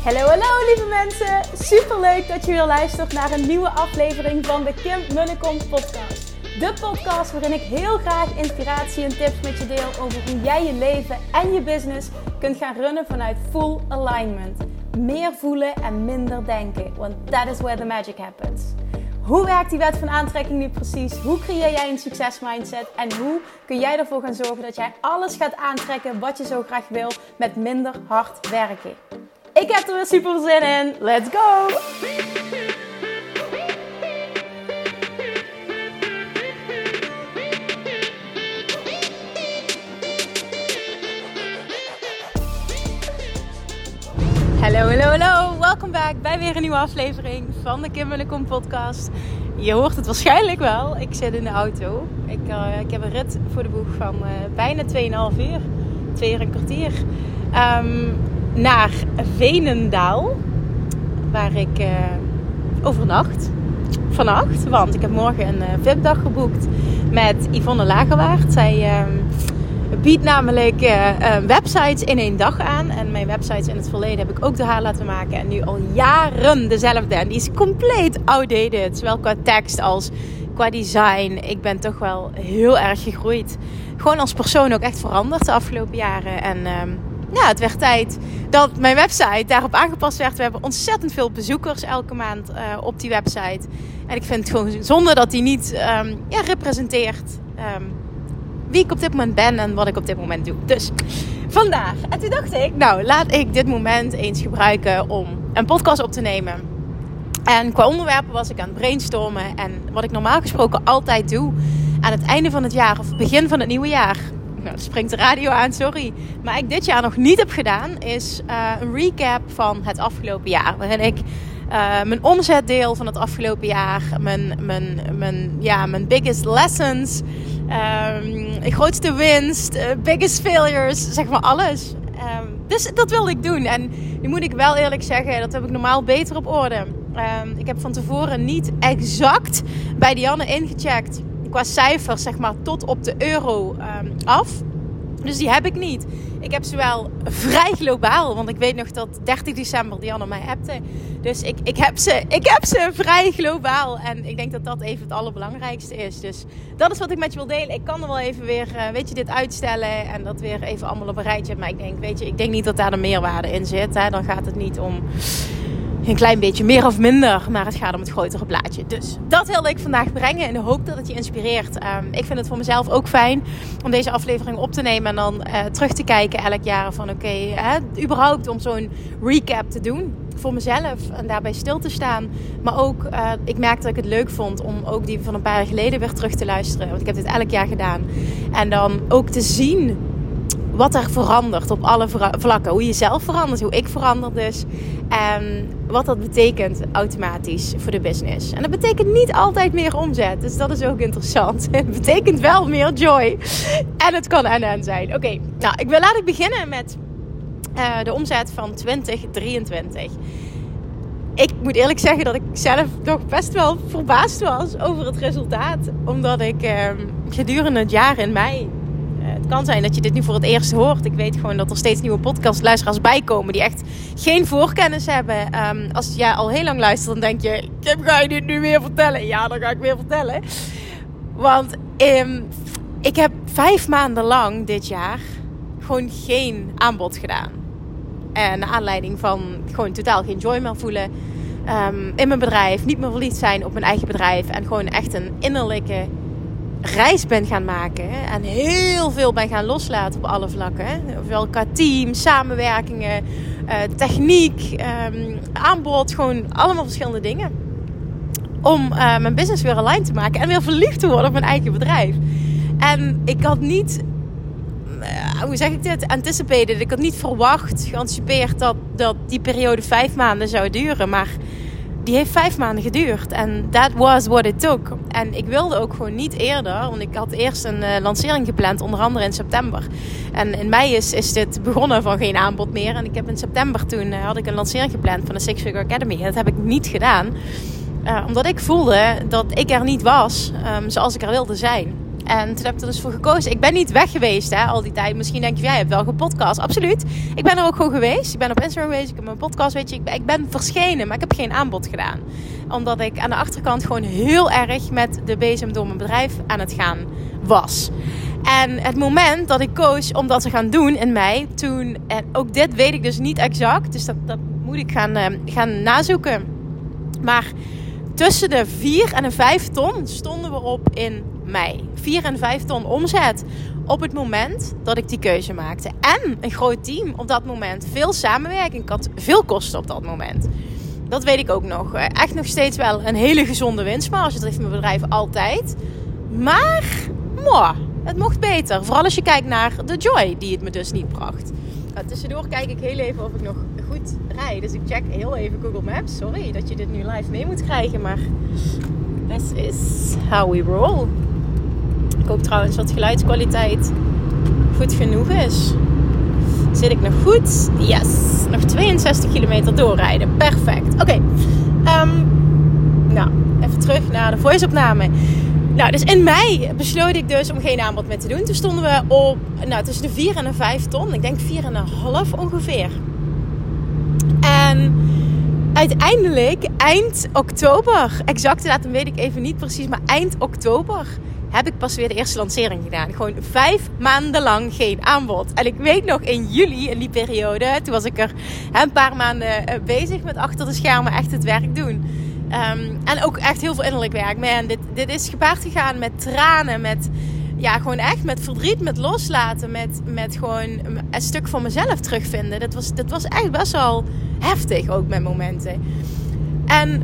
Hallo lieve mensen, superleuk dat je weer luistert naar een nieuwe aflevering van de Kim Munnekom podcast. De podcast waarin ik heel graag inspiratie en tips met je deel over hoe jij je leven en je business kunt gaan runnen vanuit full alignment. Meer voelen en minder denken, want that is where the magic happens. Hoe werkt die wet van aantrekking nu precies? Hoe creëer jij een succesmindset? En hoe kun jij ervoor gaan zorgen dat jij alles gaat aantrekken wat je zo graag wil met minder hard werken? Ik heb er weer super zin in. Let's go! Hallo. Welkom back bij weer een nieuwe aflevering van de Kim Munnekom podcast. Je hoort het waarschijnlijk wel. Ik zit in de auto. Ik heb een rit voor de boeg van bijna 2,5 uur. 2 uur en een kwartier. Naar Veenendaal. Waar ik overnacht. Vannacht. Want ik heb morgen een VIP-dag geboekt met Yvonne Lagerwaard. Zij biedt namelijk websites in 1 dag aan. En mijn websites in het verleden heb ik ook door haar laten maken. En nu al jaren dezelfde. En die is compleet outdated. Zowel qua tekst als qua design. Ik ben toch wel heel erg gegroeid. Gewoon als persoon ook echt veranderd de afgelopen jaren. En het werd tijd dat mijn website daarop aangepast werd. We hebben ontzettend veel bezoekers elke maand op die website. En ik vind het gewoon zonde dat die niet representeert wie ik op dit moment ben en wat ik op dit moment doe. Dus vandaag. En toen dacht ik, laat ik dit moment eens gebruiken om een podcast op te nemen. En qua onderwerpen was ik aan het brainstormen. En wat ik normaal gesproken altijd doe aan het einde van het jaar of begin van het nieuwe jaar. Nou, springt de radio aan, sorry. Maar ik dit jaar nog niet heb gedaan, is een recap van het afgelopen jaar. Waarin ik mijn omzet deel van het afgelopen jaar. Mijn biggest lessons. Grootste winst. Biggest failures. Zeg maar alles. Dus dat wilde ik doen. En nu moet ik wel eerlijk zeggen, dat heb ik normaal beter op orde. Ik heb van tevoren niet exact bij Dianne ingecheckt. Qua cijfers, zeg maar, tot op de euro af. Dus die heb ik niet. Ik heb ze wel vrij globaal. Want ik weet nog dat 30 december Dianne mij appte. Dus ik heb ze vrij globaal. En ik denk dat dat even het allerbelangrijkste is. Dus dat is wat ik met je wil delen. Ik kan er wel even weer, dit uitstellen. En dat weer even allemaal op een rijtje. Maar ik denk niet dat daar de meerwaarde in zit. Hè. Dan gaat het niet om een klein beetje meer of minder, maar het gaat om het grotere plaatje. Dus dat wilde ik vandaag brengen in de hoop dat het je inspireert. Ik vind het voor mezelf ook fijn om deze aflevering op te nemen en dan terug te kijken elk jaar van überhaupt om zo'n recap te doen voor mezelf en daarbij stil te staan. Maar ook, ik merkte dat ik het leuk vond om ook die van een paar jaar geleden weer terug te luisteren. Want ik heb dit elk jaar gedaan. En dan ook te zien wat er verandert op alle vlakken. Hoe je zelf verandert, hoe ik verander dus. En wat dat betekent automatisch voor de business. En dat betekent niet altijd meer omzet. Dus dat is ook interessant. Het betekent wel meer joy. En het kan en zijn. Oké, laat ik beginnen met de omzet van 2023. Ik moet eerlijk zeggen dat ik zelf nog best wel verbaasd was over het resultaat. Omdat ik gedurende het jaar in mei... Het kan zijn dat je dit nu voor het eerst hoort. Ik weet gewoon dat er steeds nieuwe podcastluisteraars bijkomen die echt geen voorkennis hebben. Als jij al heel lang luistert, dan denk je, Kim, ga je dit nu weer vertellen? Ja, dan ga ik weer vertellen. Want ik heb 5 maanden lang dit jaar gewoon geen aanbod gedaan. En naar aanleiding van gewoon totaal geen joy meer voelen in mijn bedrijf. Niet meer verliefd zijn op mijn eigen bedrijf. En gewoon echt een innerlijke reis ben gaan maken en heel veel ben gaan loslaten op alle vlakken. Ofwel qua team, samenwerkingen, techniek, aanbod, gewoon allemaal verschillende dingen. Om mijn business weer aligned te maken en weer verliefd te worden op mijn eigen bedrijf. En ik had niet, anticipated. Ik had niet geanticipeerd dat die periode 5 maanden zou duren, maar die heeft 5 maanden geduurd. En that was what it took. En ik wilde ook gewoon niet eerder. Want ik had eerst een lancering gepland. Onder andere in september. En in mei is dit begonnen van geen aanbod meer. En ik heb in september had ik een lancering gepland van de Six Figure Academy. En dat heb ik niet gedaan. Omdat ik voelde dat ik er niet was zoals ik er wilde zijn. En toen heb ik er dus voor gekozen. Ik ben niet weg geweest al die tijd. Misschien denk je, jij hebt wel gepodcast. Absoluut. Ik ben er ook gewoon geweest. Ik ben op Instagram geweest. Ik heb mijn podcast, weet je. Ik ben verschenen, maar ik heb geen aanbod gedaan. Omdat ik aan de achterkant gewoon heel erg met de bezem door mijn bedrijf aan het gaan was. En het moment dat ik koos om dat te gaan doen in mei, toen, en ook dit weet ik dus niet exact, dus dat moet ik gaan nazoeken. Maar tussen de 4 en de 5 ton stonden we op in mei. 4 en 5 ton omzet op het moment dat ik die keuze maakte. En een groot team op dat moment. Veel samenwerking. Ik had veel kosten op dat moment. Dat weet ik ook nog. Echt nog steeds wel een hele gezonde winstmarge. Dat heeft mijn bedrijf altijd. Maar, het mocht beter. Vooral als je kijkt naar de joy die het me dus niet bracht. Tussendoor kijk ik heel even of ik nog goed rijd. Dus ik check heel even Google Maps. Sorry dat je dit nu live mee moet krijgen. Maar this is how we roll. Ik hoop trouwens dat geluidskwaliteit goed genoeg is. Zit ik nog goed? Yes. Nog 62 kilometer doorrijden. Perfect. Oké. Nou, even terug naar de voice-opname. Nou, dus in mei besloot ik dus om geen aanbod meer te doen. Toen stonden we op tussen de 4 en de 5 ton. Ik denk 4,5 ongeveer. En uiteindelijk eind oktober, exacte datum weet ik even niet precies, maar eind oktober heb ik pas weer de eerste lancering gedaan. Gewoon 5 maanden lang geen aanbod. En ik weet nog in juli, in die periode, toen was ik er een paar maanden bezig met achter de schermen echt het werk doen. En ook echt heel veel innerlijk werk. Man, dit is gepaard gegaan met tranen, met gewoon echt met verdriet, met loslaten, met gewoon een stuk van mezelf terugvinden. Dat was echt best wel heftig ook met momenten. En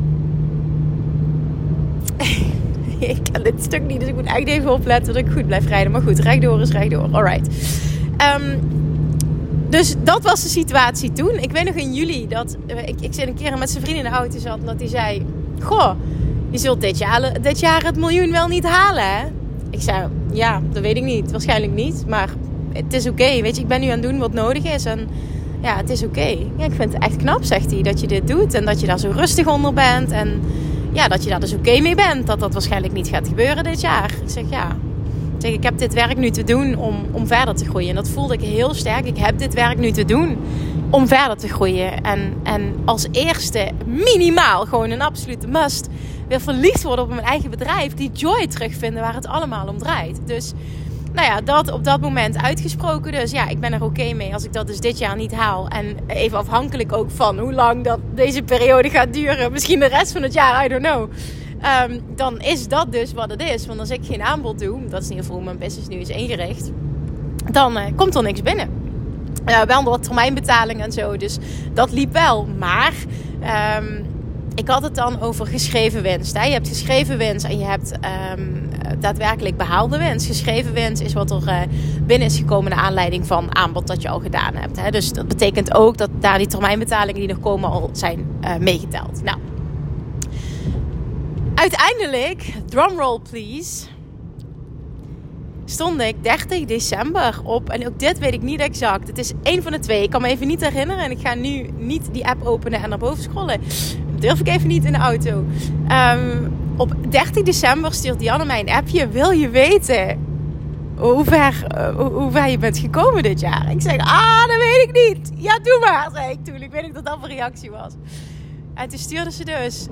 ik ken dit stuk niet, dus ik moet echt even opletten dat ik goed blijf rijden. Maar goed, rechtdoor is rechtdoor. Alright. Dus dat was de situatie toen. Ik weet nog in juli dat ik zit een keer met zijn vriend in de auto zat. En dat hij zei, goh, je zult dit jaar het miljoen wel niet halen, hè? Ik zei, ja, dat weet ik niet. Waarschijnlijk niet. Maar het is oké. Weet je, ik ben nu aan het doen wat nodig is. En ja, het is oké. Ja, ik vind het echt knap, zegt hij, dat je dit doet. En dat je daar zo rustig onder bent. En ja, dat je daar dus oké mee bent. Dat waarschijnlijk niet gaat gebeuren dit jaar. Ik zeg, ja. Ik heb dit werk nu te doen om verder te groeien. En dat voelde ik heel sterk. Ik heb dit werk nu te doen om verder te groeien. En als eerste minimaal, gewoon een absolute must, weer verliefd worden op mijn eigen bedrijf. Die joy terugvinden waar het allemaal om draait. Dus nou ja, dat op dat moment uitgesproken. Dus ja, ik ben er oké mee als ik dat dus dit jaar niet haal. En even afhankelijk ook van hoe lang dat deze periode gaat duren. Misschien de rest van het jaar, I don't know. Dan is dat dus wat het is. Want als ik geen aanbod doe, dat is in ieder geval hoe mijn business nu is ingericht, dan komt er niks binnen. Wel wat termijnbetaling en zo, dus dat liep wel. Maar ik had het dan over geschreven winst. Hè? Je hebt geschreven winst en je hebt daadwerkelijk behaalde winst. Geschreven winst is wat er binnen is gekomen naar aanleiding van aanbod dat je al gedaan hebt. Hè? Dus dat betekent ook dat daar die termijnbetalingen die nog komen al zijn meegeteld. Nou, uiteindelijk, drumroll please, stond ik 30 december op. En ook dit weet ik niet exact. Het is één van de twee. Ik kan me even niet herinneren. En ik ga nu niet die app openen en naar boven scrollen. Dat durf ik even niet in de auto. Op 30 december stuurt Dianne mij een appje. Wil je weten hoe ver je bent gekomen dit jaar? Ik zeg, dat weet ik niet. Ja, doe maar, zei ik toen. Ik weet niet dat dat een reactie was. En toen stuurde ze dus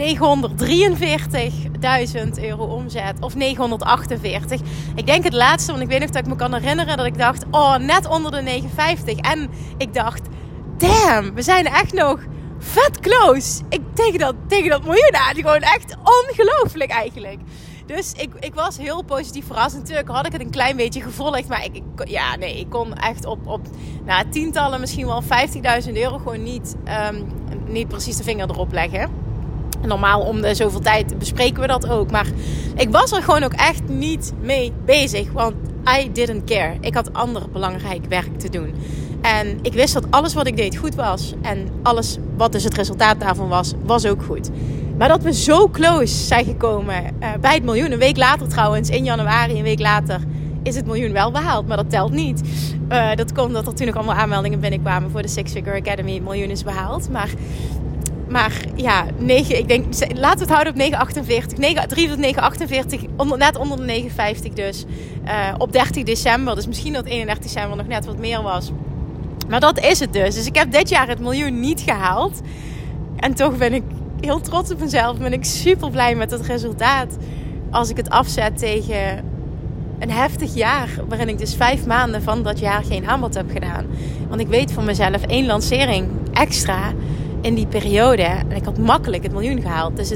943.000 euro omzet. Of 948. Ik denk het laatste, want ik weet nog dat ik me kan herinneren dat ik dacht, net onder de 950. En ik dacht, damn, we zijn echt nog vet close. Tegen dat miljoen aan. Gewoon echt ongelooflijk eigenlijk. Dus ik was heel positief verrast. Natuurlijk had ik het een klein beetje gevolgd. Maar ik kon echt op tientallen, misschien wel 50.000 euro gewoon niet precies de vinger erop leggen. Normaal om de zoveel tijd bespreken we dat ook. Maar ik was er gewoon ook echt niet mee bezig. Want I didn't care. Ik had ander belangrijk werk te doen. En ik wist dat alles wat ik deed goed was. En alles wat dus het resultaat daarvan was ook goed. Maar dat we zo close zijn gekomen bij het miljoen. Een week later trouwens, in januari, een week later, is het miljoen wel behaald. Maar dat telt niet. Dat komt dat er toen nog allemaal aanmeldingen binnenkwamen voor de Six Figure Academy. Het miljoen is behaald. Maar Maar ja, 9, ik denk, laten we het houden op 9,48. 3 tot 9,48, net onder de 9,50 dus. Op 30 december. Dus misschien dat 31 december nog net wat meer was. Maar dat is het dus. Dus ik heb dit jaar het miljoen niet gehaald. En toch ben ik heel trots op mezelf. Ben ik super blij met het resultaat. Als ik het afzet tegen een heftig jaar. Waarin ik dus 5 maanden van dat jaar geen aanbod heb gedaan. Want ik weet van mezelf 1 lancering extra in die periode. En ik had makkelijk het miljoen gehaald. Dus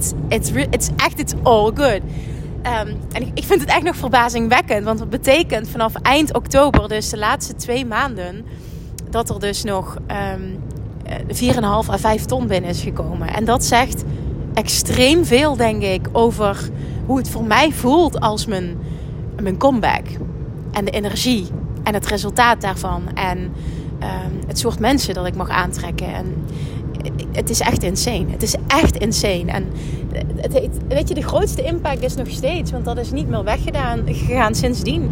it's all good. En ik vind het echt nog verbazingwekkend. Want dat betekent vanaf eind oktober, dus de laatste 2 maanden, dat er dus nog 4,5 à 5 ton binnen is gekomen. En dat zegt extreem veel, denk ik, over hoe het voor mij voelt als mijn comeback. En de energie. En het resultaat daarvan. En het soort mensen dat ik mag aantrekken. En het is echt insane. Het is echt insane. En weet je, de grootste impact is nog steeds. Want dat is niet meer weggegaan sindsdien.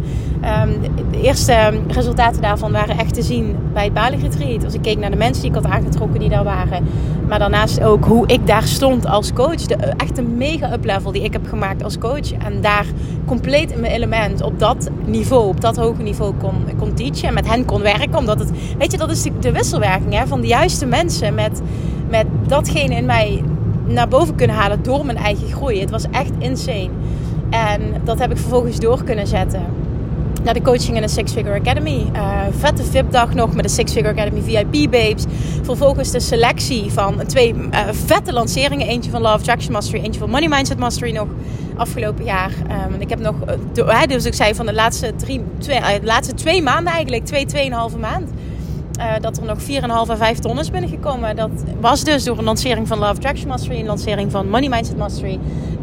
De eerste resultaten daarvan waren echt te zien bij het Bali Retreat. Als ik keek naar de mensen die ik had aangetrokken die daar waren. Maar daarnaast ook hoe ik daar stond als coach. Echt een mega up-level die ik heb gemaakt als coach. En daar compleet in mijn element op dat niveau, op dat hoge niveau kon teachen. En met hen kon werken. Omdat het, weet je, dat is de wisselwerking, hè, van de juiste mensen met datgene in mij naar boven kunnen halen door mijn eigen groei. Het was echt insane. En dat heb ik vervolgens door kunnen zetten naar de coaching in de Six Figure Academy. Vette VIP-dag nog met de Six Figure Academy VIP babes. Vervolgens de selectie van 2 vette lanceringen. Eentje van Law of Attraction Mastery, eentje van Money Mindset Mastery nog afgelopen jaar. Ik heb nog, dus ik zei van de laatste 2 maanden eigenlijk, 2,5 maand. Dat er nog 4,5 à 5 ton is binnengekomen. Dat was dus door een lancering van Law of Attraction Mastery, een lancering van Money Mindset Mastery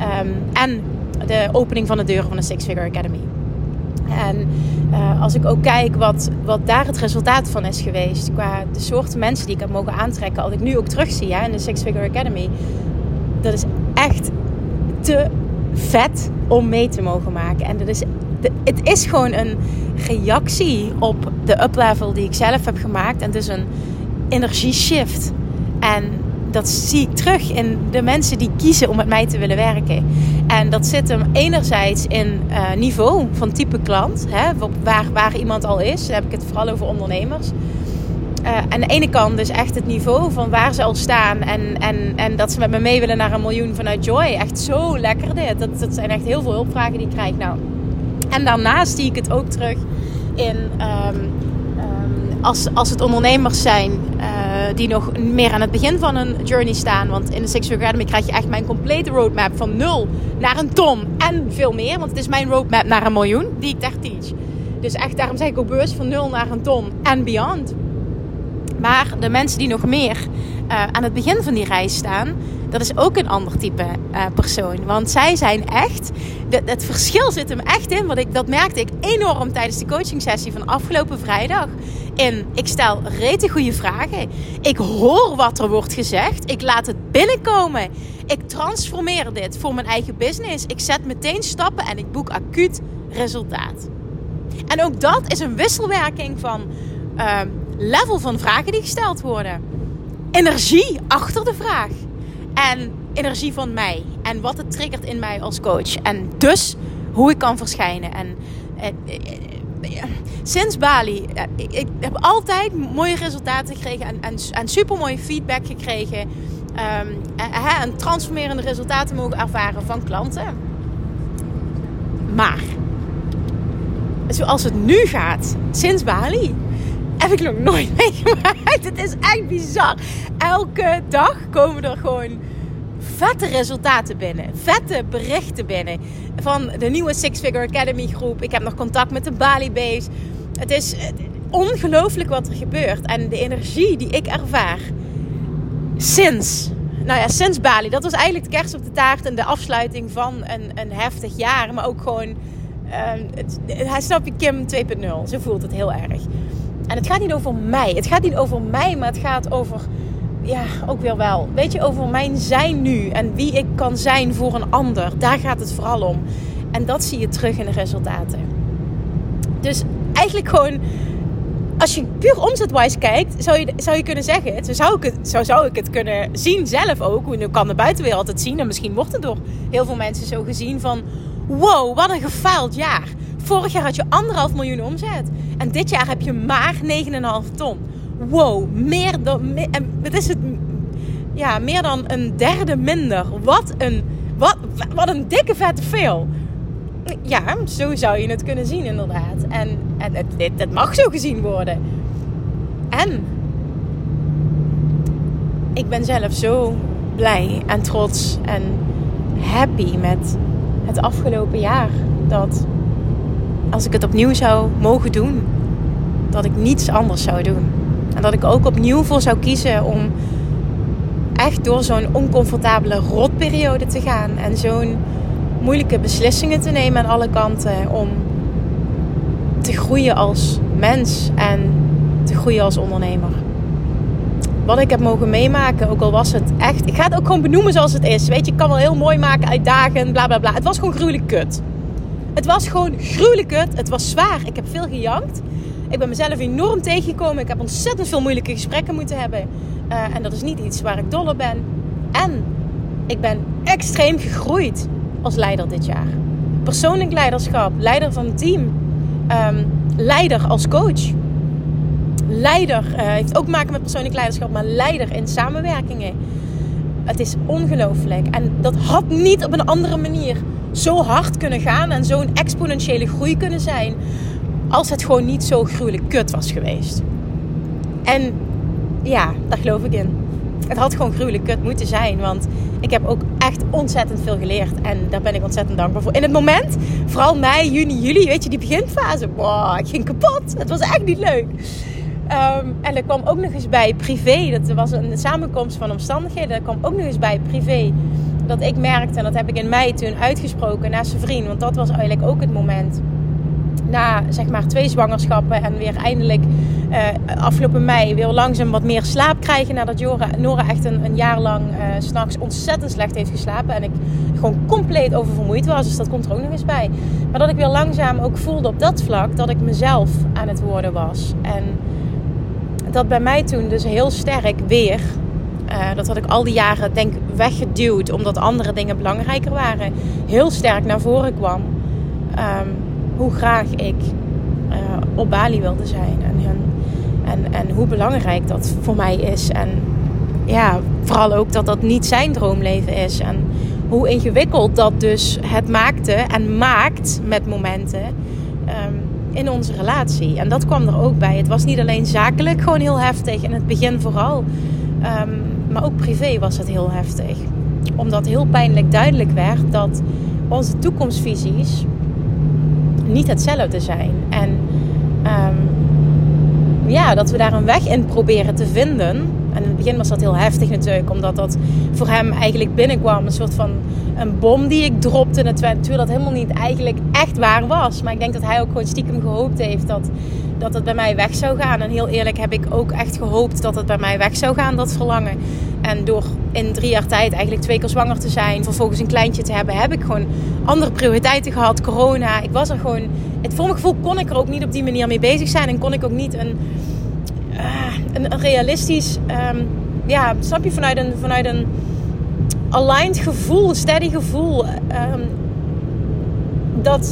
en de opening van de deuren van de Six Figure Academy. En als ik ook kijk wat daar het resultaat van is geweest, qua de soorten mensen die ik heb mogen aantrekken, als ik nu ook terugzie in de Six Figure Academy, dat is echt te vet om mee te mogen maken. En het is gewoon een reactie op de up-level die ik zelf heb gemaakt. En dus een energieshift. En dat zie ik terug in de mensen die kiezen om met mij te willen werken. En dat zit hem enerzijds in niveau van type klant. Hè, waar iemand al is. Dan heb ik het vooral over ondernemers. Aan de ene kant dus echt het niveau van waar ze al staan. En dat ze met me mee willen naar 1 miljoen vanuit Joy. Echt zo lekker dit. Dat zijn echt heel veel hulpvragen die ik krijg. Nou, en daarnaast zie ik het ook terug in als het ondernemers zijn die nog meer aan het begin van hun journey staan. Want in de Six Figure Academy krijg je echt mijn complete roadmap van 0 naar 1 ton en veel meer. Want het is mijn roadmap naar 1 miljoen die ik daar teach. Dus echt, daarom zeg ik ook bewust van 0 naar 1 ton en beyond. Maar de mensen die nog meer aan het begin van die reis staan, dat is ook een ander type persoon. Want zij zijn echt, het verschil zit hem echt in. Dat merkte ik enorm tijdens de coaching sessie van afgelopen vrijdag. Ik stel rete goede vragen. Ik hoor wat er wordt gezegd. Ik laat het binnenkomen. Ik transformeer dit voor mijn eigen business. Ik zet meteen stappen en ik boek acuut resultaat. En ook dat is een wisselwerking van level van vragen die gesteld worden. Energie achter de vraag. En energie van mij. En wat het triggert in mij als coach. En dus hoe ik kan verschijnen. En sinds Bali. Ik heb altijd mooie resultaten gekregen. En super mooie feedback gekregen. En transformerende resultaten mogen ervaren van klanten. Maar zoals het nu gaat. Sinds Bali. Heb ik nog nooit meegemaakt. Het is echt bizar. Elke dag komen er gewoon vette resultaten binnen. Vette berichten binnen. Van de nieuwe Six Figure Academy groep. Ik heb nog contact met de Bali Base. Het is ongelooflijk wat er gebeurt. En de energie die ik ervaar. Sinds Bali. Dat was eigenlijk de kerst op de taart. En de afsluiting van een heftig jaar. Maar ook gewoon... snap je, Kim 2.0. Zo voelt het heel erg. En het gaat niet over mij. Het gaat niet over mij, maar het gaat over... Ja, ook weer wel. Weet je, over mijn zijn nu. En wie ik kan zijn voor een ander. Daar gaat het vooral om. En dat zie je terug in de resultaten. Dus eigenlijk gewoon... als je puur omzetwise kijkt, zou je kunnen zeggen, zo zou ik het kunnen zien zelf ook. Hoe kan de buitenwereld het zien? En misschien wordt het door heel veel mensen zo gezien van, wow, wat een gefaald jaar. Vorig jaar had je 1,5 miljoen omzet. En dit jaar heb je maar 9,5 ton. Wow, meer dan een derde minder. Wat een dikke vette veel. Ja, zo zou je het kunnen zien inderdaad. En het mag zo gezien worden. En ik ben zelf zo blij en trots en happy met het afgelopen jaar. Dat als ik het opnieuw zou mogen doen, dat ik niets anders zou doen. En dat ik ook opnieuw voor zou kiezen om echt door zo'n oncomfortabele rotperiode te gaan. En zo'n moeilijke beslissingen te nemen aan alle kanten. Om te groeien als mens en te groeien als ondernemer. Wat ik heb mogen meemaken, ook al was het echt... Ik ga het ook gewoon benoemen zoals het is. Weet je, ik kan wel heel mooi maken, uitdagend, bla bla bla. Het was gewoon gruwelijk kut. Het was gewoon gruwelijk kut. Het was zwaar. Ik heb veel gejankt. Ik ben mezelf enorm tegengekomen. Ik heb ontzettend veel moeilijke gesprekken moeten hebben. En dat is niet iets waar ik dol op ben. En ik ben extreem gegroeid als leider dit jaar. Persoonlijk leiderschap. Leider van een team. Leider als coach. Leider heeft ook te maken met persoonlijk leiderschap. Maar leider in samenwerkingen. Het is ongelooflijk. En dat had niet op een andere manier zo hard kunnen gaan. En zo'n exponentiële groei kunnen zijn. Als het gewoon niet zo gruwelijk kut was geweest. En ja, daar geloof ik in. Het had gewoon gruwelijk kut moeten zijn. Want ik heb ook echt ontzettend veel geleerd. En daar ben ik ontzettend dankbaar voor. In het moment, vooral mei, juni, juli, weet je, die beginfase. Wow, ik ging kapot. Het was echt niet leuk. En er kwam ook nog eens bij privé. Dat was een samenkomst van omstandigheden. Er kwam ook nog eens bij privé. Dat ik merkte, en dat heb ik in mei toen uitgesproken naar zijn vriend. Want dat was eigenlijk ook het moment. Na zeg maar 2 zwangerschappen en weer eindelijk afgelopen mei weer langzaam wat meer slaap krijgen. Nadat Nora echt een jaar lang 's nachts ontzettend slecht heeft geslapen. En ik gewoon compleet oververmoeid was. Dus dat komt er ook nog eens bij. Maar dat ik weer langzaam ook voelde op dat vlak dat ik mezelf aan het worden was. En dat bij mij toen dus heel sterk weer... dat had ik al die jaren denk weggeduwd. Omdat andere dingen belangrijker waren. Heel sterk naar voren kwam. Hoe graag ik op Bali wilde zijn. En hoe belangrijk dat voor mij is. En ja, vooral ook dat dat niet zijn droomleven is. En hoe ingewikkeld dat dus het maakte en maakt met momenten in onze relatie. En dat kwam er ook bij. Het was niet alleen zakelijk gewoon heel heftig. In het begin vooral. Maar ook privé was het heel heftig. Omdat heel pijnlijk duidelijk werd dat onze toekomstvisies niet hetzelfde zijn. En dat we daar een weg in proberen te vinden. En in het begin was dat heel heftig natuurlijk. Omdat dat voor hem eigenlijk binnenkwam. Een soort van een bom die ik dropte. Natuurlijk dat helemaal niet eigenlijk echt waar was. Maar ik denk dat hij ook gewoon stiekem gehoopt heeft dat het bij mij weg zou gaan. En heel eerlijk heb ik ook echt gehoopt dat het bij mij weg zou gaan, dat verlangen. En door in 3 jaar tijd eigenlijk 2 keer zwanger te zijn, vervolgens een kleintje te hebben, heb ik gewoon andere prioriteiten gehad. Corona, ik was er gewoon... Voor mijn gevoel kon ik er ook niet op die manier mee bezig zijn. En kon ik ook niet een realistisch... snap je, vanuit een aligned gevoel, steady gevoel. Dat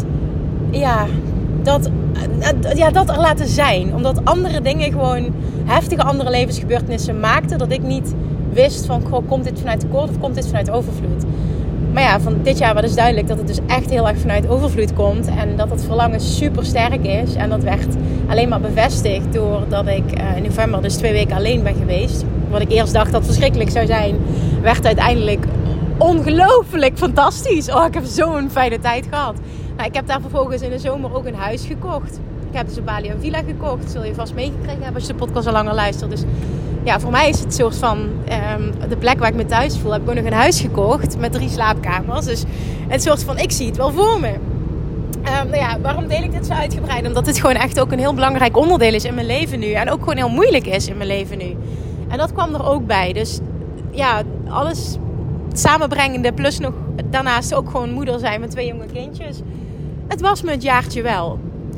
er laten zijn. Omdat andere dingen gewoon heftige andere levensgebeurtenissen maakten. Dat ik niet wist van, komt dit vanuit tekort of komt dit vanuit overvloed? Maar ja, van dit jaar was dus duidelijk dat het dus echt heel erg vanuit overvloed komt. En dat het verlangen super sterk is. En dat werd alleen maar bevestigd doordat ik in november dus 2 weken alleen ben geweest. Wat ik eerst dacht dat verschrikkelijk zou zijn, werd uiteindelijk ongelooflijk fantastisch. Oh, ik heb zo'n fijne tijd gehad. Nou, ik heb daar vervolgens in de zomer ook een huis gekocht. Ik heb dus op Bali een villa gekocht. Dat zul je vast meegekregen hebben als je de podcast al langer luistert. Dus ja, voor mij is het soort van de plek waar ik me thuis voel. Heb ik ook nog een huis gekocht met 3 slaapkamers. Dus het soort van, ik zie het wel voor me. Waarom deel ik dit zo uitgebreid? Omdat dit gewoon echt ook een heel belangrijk onderdeel is in mijn leven nu. En ook gewoon heel moeilijk is in mijn leven nu. En dat kwam er ook bij. Dus ja, alles samenbrengende. Plus nog daarnaast ook gewoon moeder zijn met 2 jonge kindjes. Het was me het jaartje wel.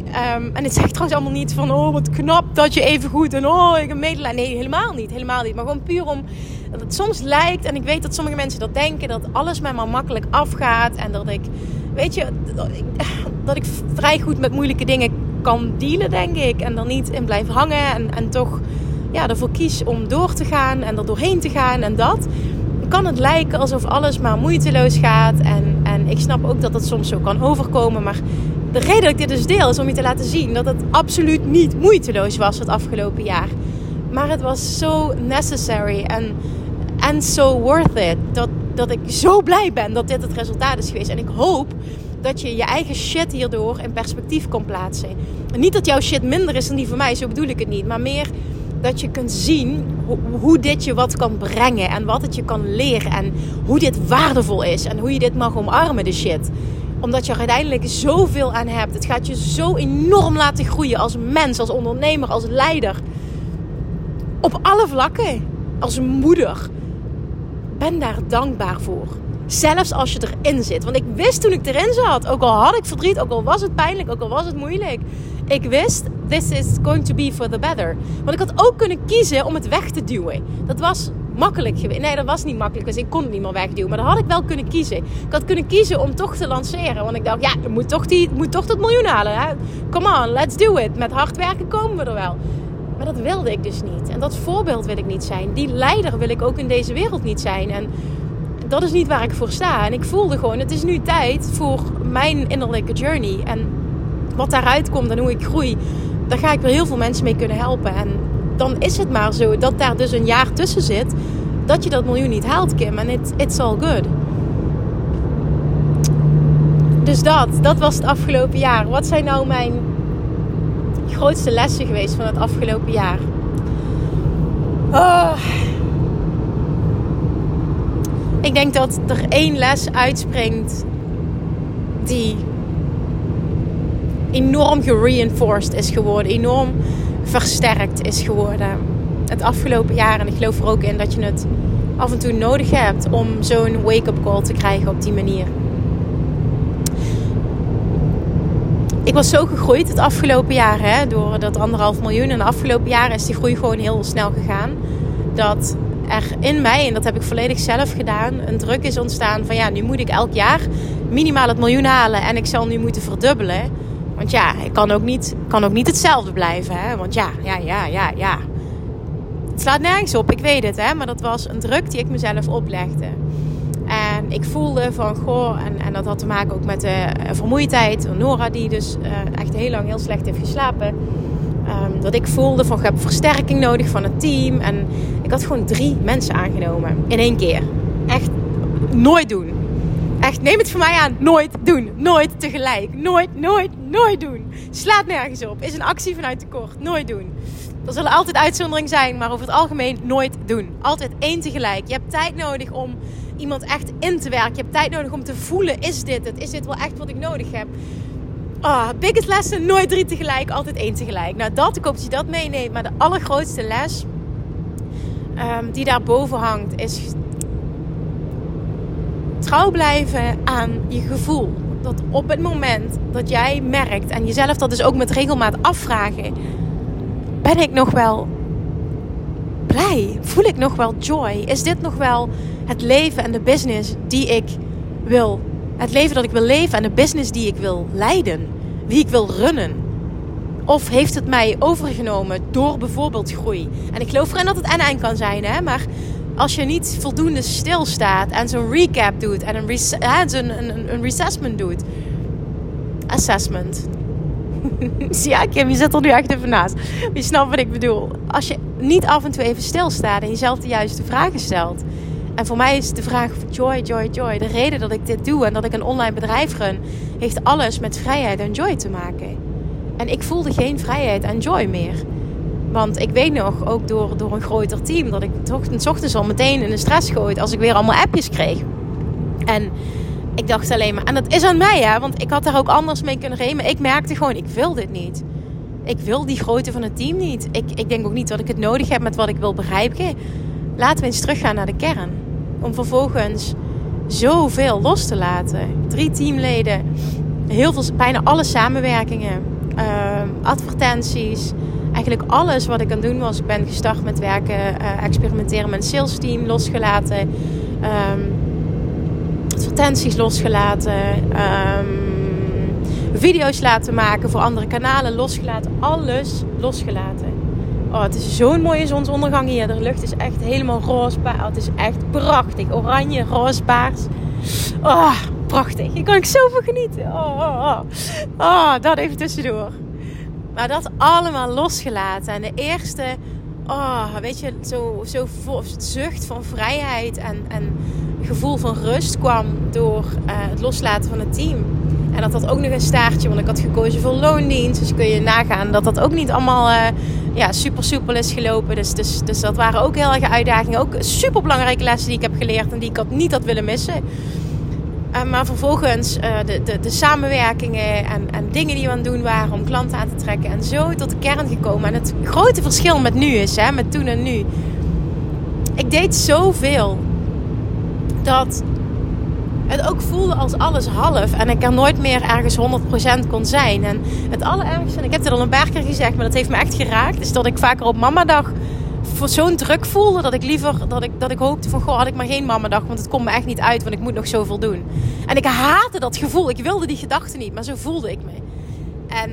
En het zegt trouwens allemaal niet van, oh wat knap dat je even goed en oh ik heb medelijden. Nee, helemaal niet. Maar gewoon puur om dat het soms lijkt, en ik weet dat sommige mensen dat denken, dat alles mij maar makkelijk afgaat. En dat ik, dat ik vrij goed met moeilijke dingen kan dealen, denk ik. En er niet in blijf hangen en toch ervoor kies om door te gaan en er doorheen te gaan. En dat kan het lijken alsof alles maar moeiteloos gaat. En ik snap ook dat het soms zo kan overkomen. Maar de reden dat ik dit dus deel is om je te laten zien dat het absoluut niet moeiteloos was het afgelopen jaar. Maar het was zo necessary en so worth it. Dat ik zo blij ben dat dit het resultaat is geweest. En ik hoop dat je je eigen shit hierdoor in perspectief kan plaatsen. En niet dat jouw shit minder is dan die van mij, zo bedoel ik het niet. Maar meer dat je kunt zien hoe dit je wat kan brengen. En wat het je kan leren. En hoe dit waardevol is. En hoe je dit mag omarmen, de shit. Omdat je er uiteindelijk zoveel aan hebt. Het gaat je zo enorm laten groeien als mens, als ondernemer, als leider. Op alle vlakken. Als moeder. Ben daar dankbaar voor. Zelfs als je erin zit. Want ik wist toen ik erin zat, ook al had ik verdriet, ook al was het pijnlijk, ook al was het moeilijk. Ik wist, this is going to be for the better. Want ik had ook kunnen kiezen om het weg te duwen. Dat was makkelijk geweest. Nee, dat was niet makkelijk, dus ik kon het niet meer wegduwen. Maar dat had ik wel kunnen kiezen. Ik had kunnen kiezen om toch te lanceren. Want ik dacht, ja, je moet toch dat miljoen halen. Hè? Come on, let's do it. Met hard werken komen we er wel. Maar dat wilde ik dus niet. En dat voorbeeld wil ik niet zijn. Die leider wil ik ook in deze wereld niet zijn. En dat is niet waar ik voor sta. En ik voelde gewoon, het is nu tijd voor mijn innerlijke journey. En wat daaruit komt en hoe ik groei, daar ga ik weer heel veel mensen mee kunnen helpen. En dan is het maar zo dat daar dus een jaar tussen zit dat je dat miljoen niet haalt, Kim. En it's all good. Dus dat was het afgelopen jaar. Wat zijn nou mijn grootste lessen geweest van het afgelopen jaar? Ik denk dat er één les uitspringt die enorm gereinforced is geworden. Enorm versterkt is geworden. Het afgelopen jaar. En ik geloof er ook in dat je het af en toe nodig hebt om zo'n wake-up call te krijgen op die manier. Ik was zo gegroeid het afgelopen jaar. Hè, door dat 1,5 miljoen. En de afgelopen jaren is die groei gewoon heel snel gegaan. Dat er in mij, en dat heb ik volledig zelf gedaan, een druk is ontstaan van ja, nu moet ik elk jaar minimaal het miljoen halen. En ik zal nu moeten verdubbelen. Want ja, ik kan ook niet hetzelfde blijven. Hè? Want ja. Het slaat nergens op, ik weet het. Hè? Maar dat was een druk die ik mezelf oplegde. En ik voelde van, en dat had te maken ook met de vermoeidheid. Nora die dus echt heel lang heel slecht heeft geslapen. Dat ik voelde van, ik heb versterking nodig van het team. En ik had gewoon 3 mensen aangenomen. In 1 keer. Echt nooit doen. Echt, neem het van mij aan. Nooit doen. Nooit tegelijk. Nooit doen. Slaat nergens op. Is een actie vanuit tekort. Nooit doen. Er zullen altijd uitzonderingen zijn, maar over het algemeen nooit doen. Altijd 1 tegelijk. Je hebt tijd nodig om iemand echt in te werken. Je hebt tijd nodig om te voelen, is dit het? Is dit wel echt wat ik nodig heb? Biggest lesson, nooit 3 tegelijk, altijd 1 tegelijk. Nou, ik hoop dat je dat meeneemt. Maar de allergrootste les die daarboven hangt is trouw blijven aan je gevoel. Dat op het moment dat jij merkt en jezelf dat dus ook met regelmaat afvragen, ben ik nog wel blij? Voel ik nog wel joy? Is dit nog wel het leven en de business die ik wil? Het leven dat ik wil leven en de business die ik wil leiden. Wie ik wil runnen. Of heeft het mij overgenomen door bijvoorbeeld groei? En ik geloof erin dat het en kan zijn. Hè? Maar als je niet voldoende stilstaat en zo'n recap doet. En een reassessment doet. Assessment. Ja, Kim, je zit er nu echt even naast. Je snapt wat ik bedoel. Als je niet af en toe even stilstaat en jezelf de juiste vragen stelt. En voor mij is de vraag joy. De reden dat ik dit doe en dat ik een online bedrijf run, heeft alles met vrijheid en joy te maken. En ik voelde geen vrijheid en joy meer. Want ik weet nog, ook door een groter team, dat ik toch 's ochtends al meteen in de stress gooide als ik weer allemaal appjes kreeg. En ik dacht alleen maar, en dat is aan mij, hè, want ik had daar ook anders mee kunnen reden. Maar ik merkte gewoon, ik wil dit niet. Ik wil die grootte van het team niet. Ik denk ook niet dat ik het nodig heb met wat ik wil bereiken. Laten we eens teruggaan naar de kern. Om vervolgens zoveel los te laten. 3 teamleden. Heel veel, bijna alle samenwerkingen. advertenties. Eigenlijk alles wat ik aan het doen was. Ik ben gestart met werken, experimenteren met een sales team, losgelaten. Advertenties losgelaten. Video's laten maken voor andere kanalen losgelaten. Alles losgelaten. Oh, het is zo'n mooie zonsondergang hier. De lucht is echt helemaal roze. Het is echt prachtig. Oranje, roze, paars. Oh, prachtig. Hier kan ik zoveel genieten. Dat even tussendoor. Maar dat allemaal losgelaten. En de eerste, weet je, zo zucht van vrijheid en gevoel van rust kwam door het loslaten van het team. En dat ook nog een staartje, want ik had gekozen voor loondienst. Dus kun je nagaan dat dat ook niet allemaal super soepel is gelopen. Dus dat waren ook heel erg uitdagingen. Ook super belangrijke lessen die ik heb geleerd en die ik niet had willen missen. Maar vervolgens de samenwerkingen en dingen die we aan het doen waren om klanten aan te trekken. En zo tot de kern gekomen. En het grote verschil met nu is, met toen en nu. Ik deed zoveel dat het ook voelde als alles half. En ik er nooit meer ergens 100% kon zijn. En het allerergste, en ik heb het al een paar keer gezegd, maar dat heeft me echt geraakt, is dat ik vaker op mamadag voor zo'n druk voelde dat ik liever dat ik hoopte van had ik maar geen mamadag, want het komt me echt niet uit, want ik moet nog zoveel doen. En ik haatte dat gevoel. Ik wilde die gedachte niet, maar zo voelde ik me. En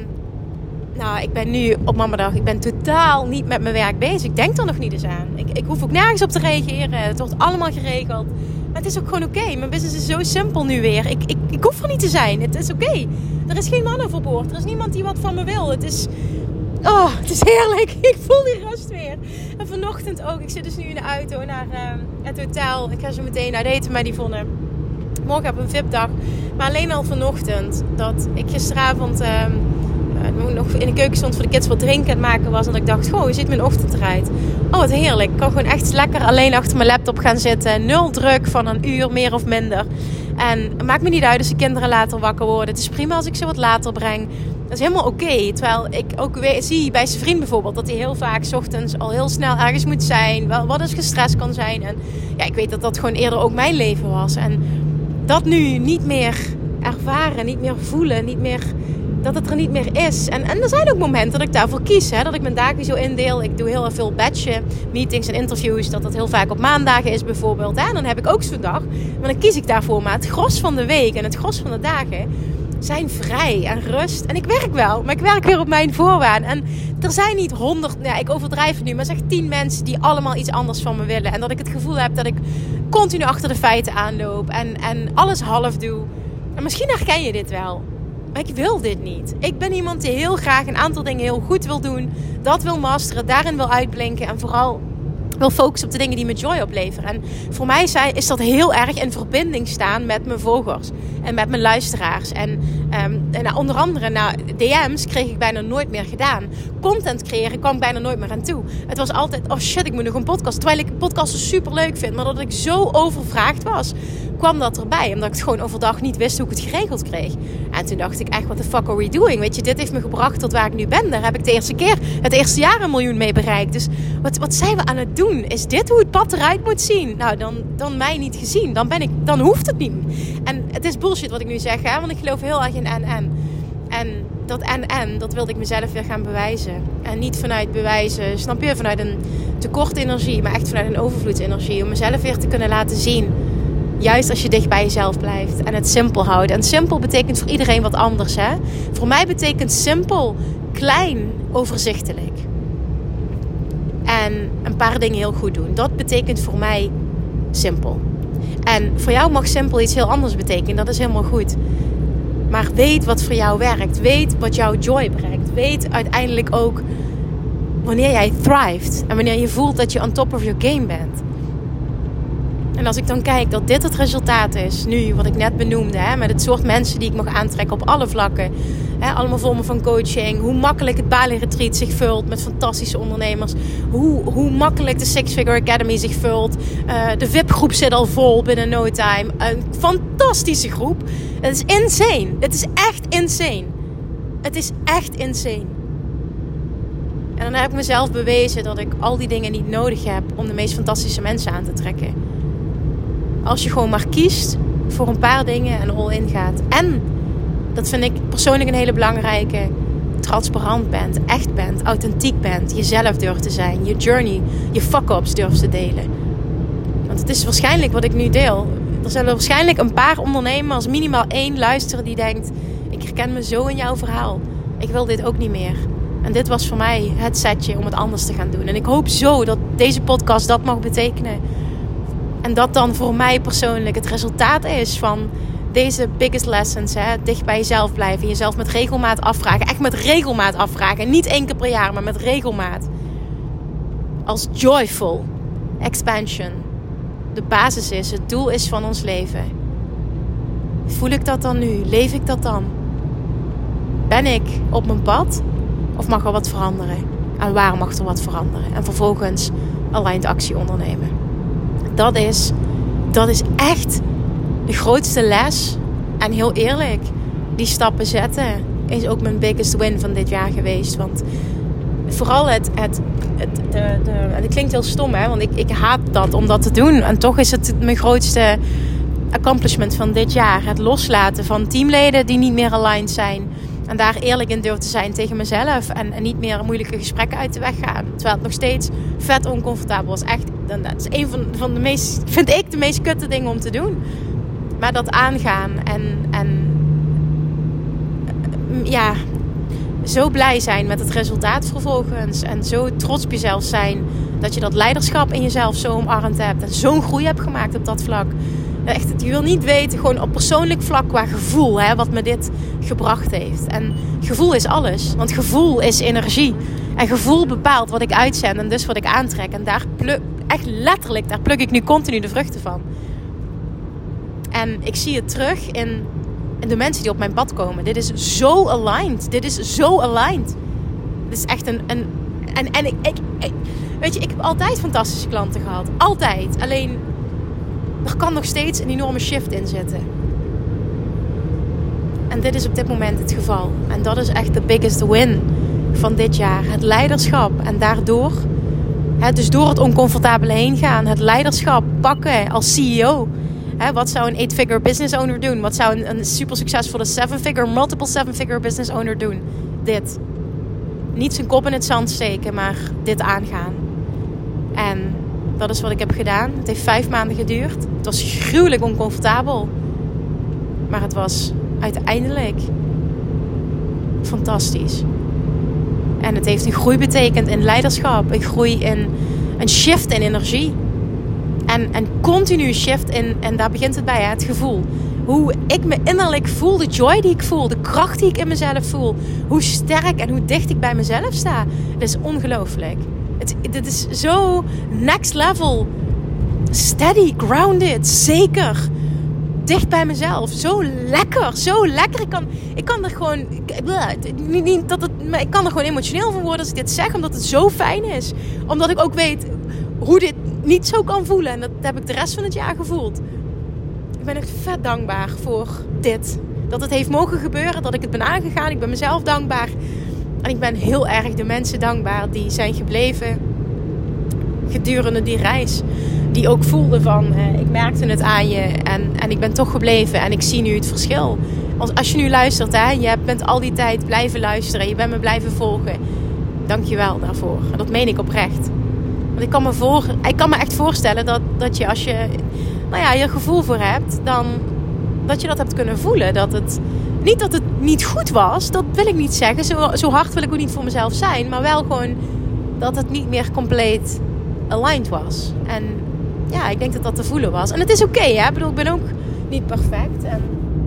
ik ben nu op mamadag. Ik ben totaal niet met mijn werk bezig. Ik denk er nog niet eens aan. Ik hoef ook nergens op te reageren. Het wordt allemaal geregeld. Maar het is ook gewoon oké. Mijn business is zo simpel nu weer. Ik hoef er niet te zijn. Het is oké. Er is geen man overboord. Er is niemand die wat van me wil. Het is heerlijk. Ik voel die rust weer. En vanochtend ook. Ik zit dus nu in de auto naar het hotel. Ik ga zo meteen uit eten met Yvonne. Morgen heb ik een VIP-dag. Maar alleen al vanochtend dat ik gisteravond nog in de keuken stond voor de kids wat drinken aan het maken was. En dat ik dacht, hoe ziet mijn ochtend eruit? Oh, wat heerlijk. Ik kan gewoon echt lekker alleen achter mijn laptop gaan zitten. 0 druk van een uur, meer of minder. En het maakt me niet uit als de kinderen later wakker worden. Het is prima als ik ze wat later breng. Dat is helemaal oké. Terwijl ik ook zie bij zijn vriend bijvoorbeeld dat hij heel vaak 's ochtends al heel snel ergens moet zijn. Wat eens gestrest kan zijn. En ja, ik weet dat dat gewoon eerder ook mijn leven was. En dat nu niet meer ervaren, niet meer voelen, niet meer, dat het er niet meer is. En er zijn ook momenten dat ik daarvoor kies. Dat ik mijn dagen zo indeel. Ik doe heel veel batchen, meetings en interviews. Dat heel vaak op maandagen is bijvoorbeeld. En dan heb ik ook zo'n dag. Maar dan kies ik daarvoor. Maar het gros van de week en het gros van de dagen zijn vrij en rust. En ik werk wel, maar ik werk weer op mijn voorwaarden. En er zijn niet 100, ik overdrijf het nu, maar zeg 10 mensen die allemaal iets anders van me willen. En dat ik het gevoel heb dat ik continu achter de feiten aanloop en alles half doe. En misschien herken je dit wel. Maar ik wil dit niet. Ik ben iemand die heel graag een aantal dingen heel goed wil doen. Dat wil masteren, daarin wil uitblinken. En vooral wil focussen op de dingen die me joy opleveren. En voor mij is dat heel erg in verbinding staan met mijn volgers. En met mijn luisteraars. En onder andere, DM's kreeg ik bijna nooit meer gedaan. Content creëren kwam ik bijna nooit meer aan toe. Het was altijd, ik moet nog een podcast. Terwijl ik podcasten super leuk vind. Maar dat ik zo overvraagd was, kwam dat erbij. Omdat ik het gewoon overdag niet wist hoe ik het geregeld kreeg. En toen dacht ik echt, what the fuck are we doing? Weet je, dit heeft me gebracht tot waar ik nu ben. Daar heb ik het eerste jaar 1 miljoen mee bereikt. Dus wat zijn we aan het doen? Is dit hoe het pad eruit moet zien? Nou, dan mij niet gezien. Dan hoeft het niet. En het is bullshit wat ik nu zeg, hè? Want ik geloof heel erg in en. En dat wilde ik mezelf weer gaan bewijzen. En niet vanuit bewijzen, snap je? Vanuit een tekort energie, maar echt vanuit een overvloedsenergie. Om mezelf weer te kunnen laten zien. Juist als je dicht bij jezelf blijft en het simpel houdt. En simpel betekent voor iedereen wat anders, hè? Voor mij betekent simpel klein, overzichtelijk. En een paar dingen heel goed doen. Dat betekent voor mij simpel. En voor jou mag simpel iets heel anders betekenen. Dat is helemaal goed. Maar weet wat voor jou werkt. Weet wat jouw joy brengt. Weet uiteindelijk ook wanneer jij thrived. En wanneer je voelt dat je on top of your game bent. En als ik dan kijk dat dit het resultaat is, nu wat ik net benoemde, met het soort mensen die ik mag aantrekken op alle vlakken. Allemaal vormen van coaching. Hoe makkelijk het Bali Retreat zich vult met fantastische ondernemers. Hoe makkelijk de Six Figure Academy zich vult. De VIP-groep zit al vol binnen no time. Een fantastische groep. Het is insane. Het is echt insane. Het is echt insane. En dan heb ik mezelf bewezen dat ik al die dingen niet nodig heb om de meest fantastische mensen aan te trekken. Als je gewoon maar kiest voor een paar dingen en all in gaat. En, dat vind ik persoonlijk een hele belangrijke, transparant bent, echt bent, authentiek bent, jezelf durft te zijn, je journey, je fuck-ups durft te delen. Want het is waarschijnlijk wat ik nu deel. Er zullen waarschijnlijk een paar ondernemers, minimaal 1 luisteren die denkt, ik herken me zo in jouw verhaal. Ik wil dit ook niet meer. En dit was voor mij het setje om het anders te gaan doen. En ik hoop zo dat deze podcast dat mag betekenen. En dat dan voor mij persoonlijk het resultaat is van deze biggest lessons. Dicht bij jezelf blijven. Jezelf met regelmaat afvragen. Echt met regelmaat afvragen. Niet 1 keer per jaar, maar met regelmaat. Als joyful expansion de basis is, het doel is van ons leven. Voel ik dat dan nu? Leef ik dat dan? Ben ik op mijn pad? Of mag er wat veranderen? En waar mag er wat veranderen? En vervolgens aligned actie ondernemen. Dat is echt de grootste les. En heel eerlijk, die stappen zetten is ook mijn biggest win van dit jaar geweest. Want vooral het klinkt heel stom, hè? Want ik haat dat om dat te doen. En toch is het mijn grootste accomplishment van dit jaar. Het loslaten van teamleden die niet meer aligned zijn. En daar eerlijk in durf te zijn tegen mezelf. En niet meer moeilijke gesprekken uit de weg gaan. Terwijl het nog steeds vet oncomfortabel is. Echt, dat is een van de meest, vind ik, de meest kutte dingen om te doen. Maar dat aangaan en ja, zo blij zijn met het resultaat vervolgens. En zo trots op jezelf zijn dat je dat leiderschap in jezelf zo omarmd hebt. En zo'n groei hebt gemaakt op dat vlak. Echt, je wil niet weten, gewoon op persoonlijk vlak qua gevoel, wat me dit gebracht heeft. En gevoel is alles, want gevoel is energie. En gevoel bepaalt wat ik uitzend en dus wat ik aantrek. En daar echt letterlijk, daar pluk ik nu continu de vruchten van. En ik zie het terug in de mensen die op mijn pad komen. Dit is zo aligned. Dit is echt weet je, ik heb altijd fantastische klanten gehad. Altijd. Alleen, er kan nog steeds een enorme shift in zitten. En dit is op dit moment het geval. En dat is echt de biggest win van dit jaar. Het leiderschap. En daardoor, dus door het oncomfortabele heen gaan. Het leiderschap pakken als CEO. Wat zou een 8-figure business owner doen? Wat zou een super succesvolle multiple 7-figure business owner doen? Dit. Niet zijn kop in het zand steken, maar dit aangaan. En dat is wat ik heb gedaan. Het heeft 5 maanden geduurd. Het was gruwelijk oncomfortabel. Maar het was uiteindelijk fantastisch. En het heeft een groei betekend in leiderschap. Een groei in een shift in energie. En continu shift in, en daar begint het bij, het gevoel. Hoe ik me innerlijk voel, de joy die ik voel, de kracht die ik in mezelf voel. Hoe sterk en hoe dicht ik bij mezelf sta. Het is ongelooflijk. Dit is zo next level. Steady, grounded, zeker. Dicht bij mezelf. Zo lekker. Ik kan er gewoon... Ik kan er gewoon emotioneel van worden als ik dit zeg. Omdat het zo fijn is. Omdat ik ook weet hoe dit niet zo kan voelen. En dat heb ik de rest van het jaar gevoeld. Ik ben echt vet dankbaar voor dit. Dat het heeft mogen gebeuren. Dat ik het ben aangegaan. Ik ben mezelf dankbaar. En ik ben heel erg de mensen dankbaar die zijn gebleven gedurende die reis. Die ook voelden van, ik merkte het aan je en ik ben toch gebleven en ik zie nu het verschil. Als je nu luistert, je bent al die tijd blijven luisteren, je bent me blijven volgen. Dank je wel daarvoor. En dat meen ik oprecht. Want ik kan me echt voorstellen dat je, als je je gevoel voor hebt, dan dat je dat hebt kunnen voelen. Dat het niet goed was, dat wil ik niet zeggen. Zo hard wil ik ook niet voor mezelf zijn. Maar wel gewoon dat het niet meer compleet aligned was. En ja, ik denk dat dat te voelen was. En het is oké, hè. Ik ben ook niet perfect. En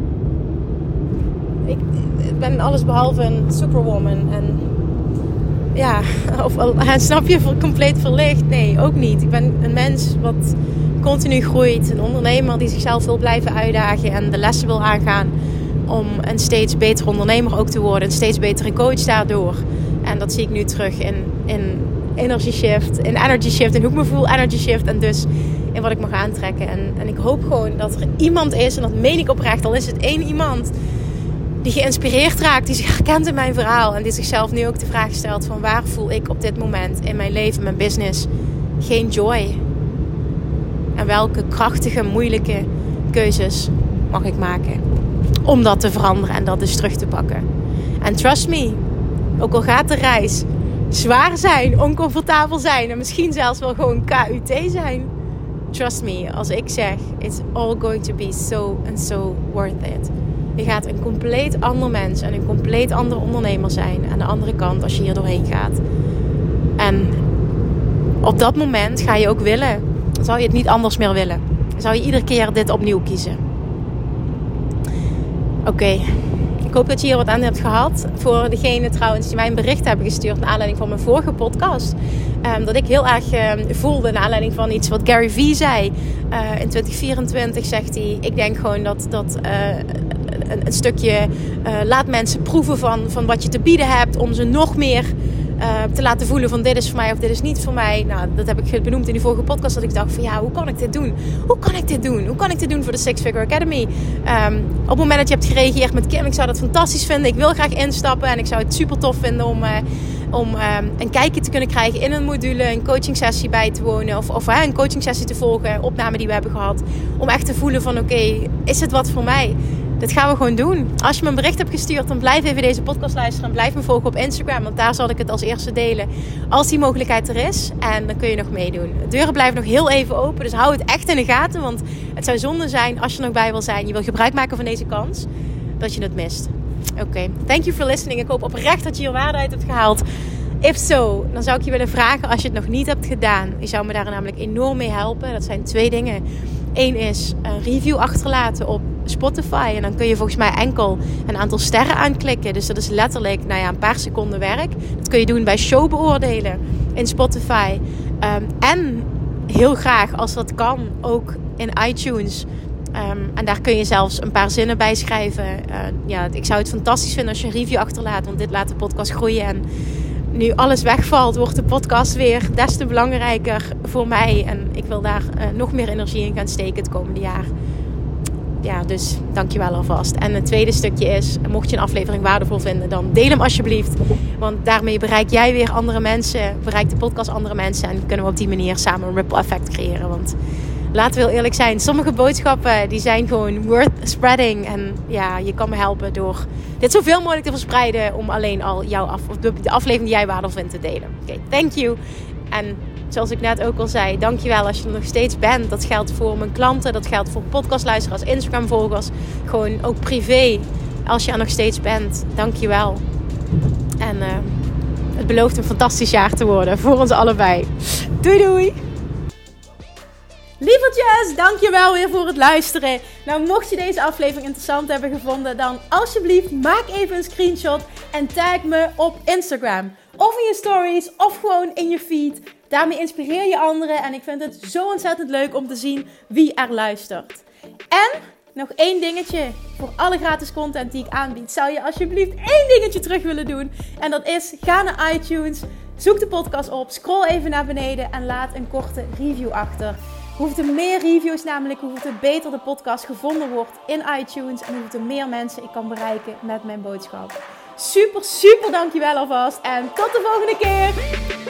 ik ben alles behalve een superwoman. En ja, snap je, compleet verlicht? Nee, ook niet. Ik ben een mens wat continu groeit. Een ondernemer die zichzelf wil blijven uitdagen en de lessen wil aangaan om een steeds betere ondernemer ook te worden. Een steeds betere coach daardoor. En dat zie ik nu terug in energy shift, in hoe ik me voel, energy shift. En dus in wat ik mag aantrekken. En ik hoop gewoon dat er iemand is, en dat meen ik oprecht, al is het 1 iemand die geïnspireerd raakt, die zich herkent in mijn verhaal en die zichzelf nu ook de vraag stelt van waar voel ik op dit moment in mijn leven, mijn business geen joy? En welke krachtige, moeilijke keuzes mag ik maken om dat te veranderen en dat dus terug te pakken? En trust me, Ook al gaat de reis zwaar zijn, oncomfortabel zijn en misschien zelfs wel gewoon KUT zijn. Trust me, als ik zeg, it's all going to be so and so worth it. Je gaat een compleet ander mens en een compleet ander ondernemer zijn aan de andere kant als je hier doorheen gaat. En op dat moment ga je ook willen, zou je het niet anders meer willen. Zou je iedere keer dit opnieuw kiezen. Oké. Ik hoop dat je hier wat aan hebt gehad. Voor degene trouwens die mij een bericht hebben gestuurd naar aanleiding van mijn vorige podcast. Dat ik heel erg voelde naar aanleiding van iets wat Gary Vee zei. In 2024 zegt hij, ik denk gewoon dat een stukje laat mensen proeven van wat je te bieden hebt. Om ze nog meer te laten voelen van dit is voor mij of dit is niet voor mij. Nou, dat heb ik benoemd in die vorige podcast. Dat ik dacht van ja, hoe kan ik dit doen? Hoe kan ik dit doen voor de Six Figure Academy? Op het moment dat je hebt gereageerd met Kim, ik zou dat fantastisch vinden. Ik wil graag instappen en ik zou het super tof vinden om een kijkje te kunnen krijgen in een module, een coaching sessie bij te wonen of een coaching sessie te volgen, opname die we hebben gehad. Om echt te voelen van oké, is het wat voor mij? Dit gaan we gewoon doen. Als je me een bericht hebt gestuurd, dan blijf even deze podcast luisteren en blijf me volgen op Instagram. Want daar zal ik het als eerste delen als die mogelijkheid er is. En dan kun je nog meedoen. De deuren blijven nog heel even open, dus hou het echt in de gaten. Want het zou zonde zijn als je er nog bij wil zijn. Je wil gebruik maken van deze kans, dat je het mist. Oké, thank you for listening. Ik hoop oprecht dat je hier waarde uit hebt gehaald. If so, dan zou ik je willen vragen als je het nog niet hebt gedaan. Je zou me daar namelijk enorm mee helpen. Dat zijn 2 dingen. 1 is een review achterlaten op Spotify. En dan kun je volgens mij enkel een aantal sterren aanklikken. Dus dat is letterlijk een paar seconden werk. Dat kun je doen bij show beoordelen in Spotify. En heel graag, als dat kan, ook in iTunes. En daar kun je zelfs een paar zinnen bij schrijven. Ik zou het fantastisch vinden als je een review achterlaat. Want dit laat de podcast groeien. En nu alles wegvalt, wordt de podcast weer des te belangrijker voor mij. En ik wil daar nog meer energie in gaan steken het komende jaar. Ja, dus dankjewel alvast. En het tweede stukje is, mocht je een aflevering waardevol vinden, dan deel hem alsjeblieft. Want daarmee bereik jij weer andere mensen, bereikt de podcast andere mensen. En kunnen we op die manier samen een ripple effect creëren. Want laten we heel eerlijk zijn, sommige boodschappen die zijn gewoon worth spreading. En ja, je kan me helpen door dit zoveel mogelijk te verspreiden om alleen al de aflevering die jij waardevol vindt te delen. Oké, thank you. En zoals ik net ook al zei, dankjewel als je er nog steeds bent. Dat geldt voor mijn klanten, dat geldt voor podcastluisteraars, Instagram-volgers. Gewoon ook privé, als je er nog steeds bent. Dankjewel. En het belooft een fantastisch jaar te worden voor ons allebei. Doei doei! Lievertjes, dankjewel weer voor het luisteren. Nou, mocht je deze aflevering interessant hebben gevonden, dan alsjeblieft maak even een screenshot en tag me op Instagram. Of in je stories, of gewoon in je feed. Daarmee inspireer je anderen en ik vind het zo ontzettend leuk om te zien wie er luistert. En nog 1 dingetje. Voor alle gratis content die ik aanbied, zou je alsjeblieft 1 dingetje terug willen doen. En dat is, ga naar iTunes, zoek de podcast op, scroll even naar beneden en laat een korte review achter. Hoeveel meer reviews namelijk, hoeveel beter de podcast gevonden wordt in iTunes. En hoeveel meer mensen ik kan bereiken met mijn boodschap. Super, super dankjewel alvast. En tot de volgende keer.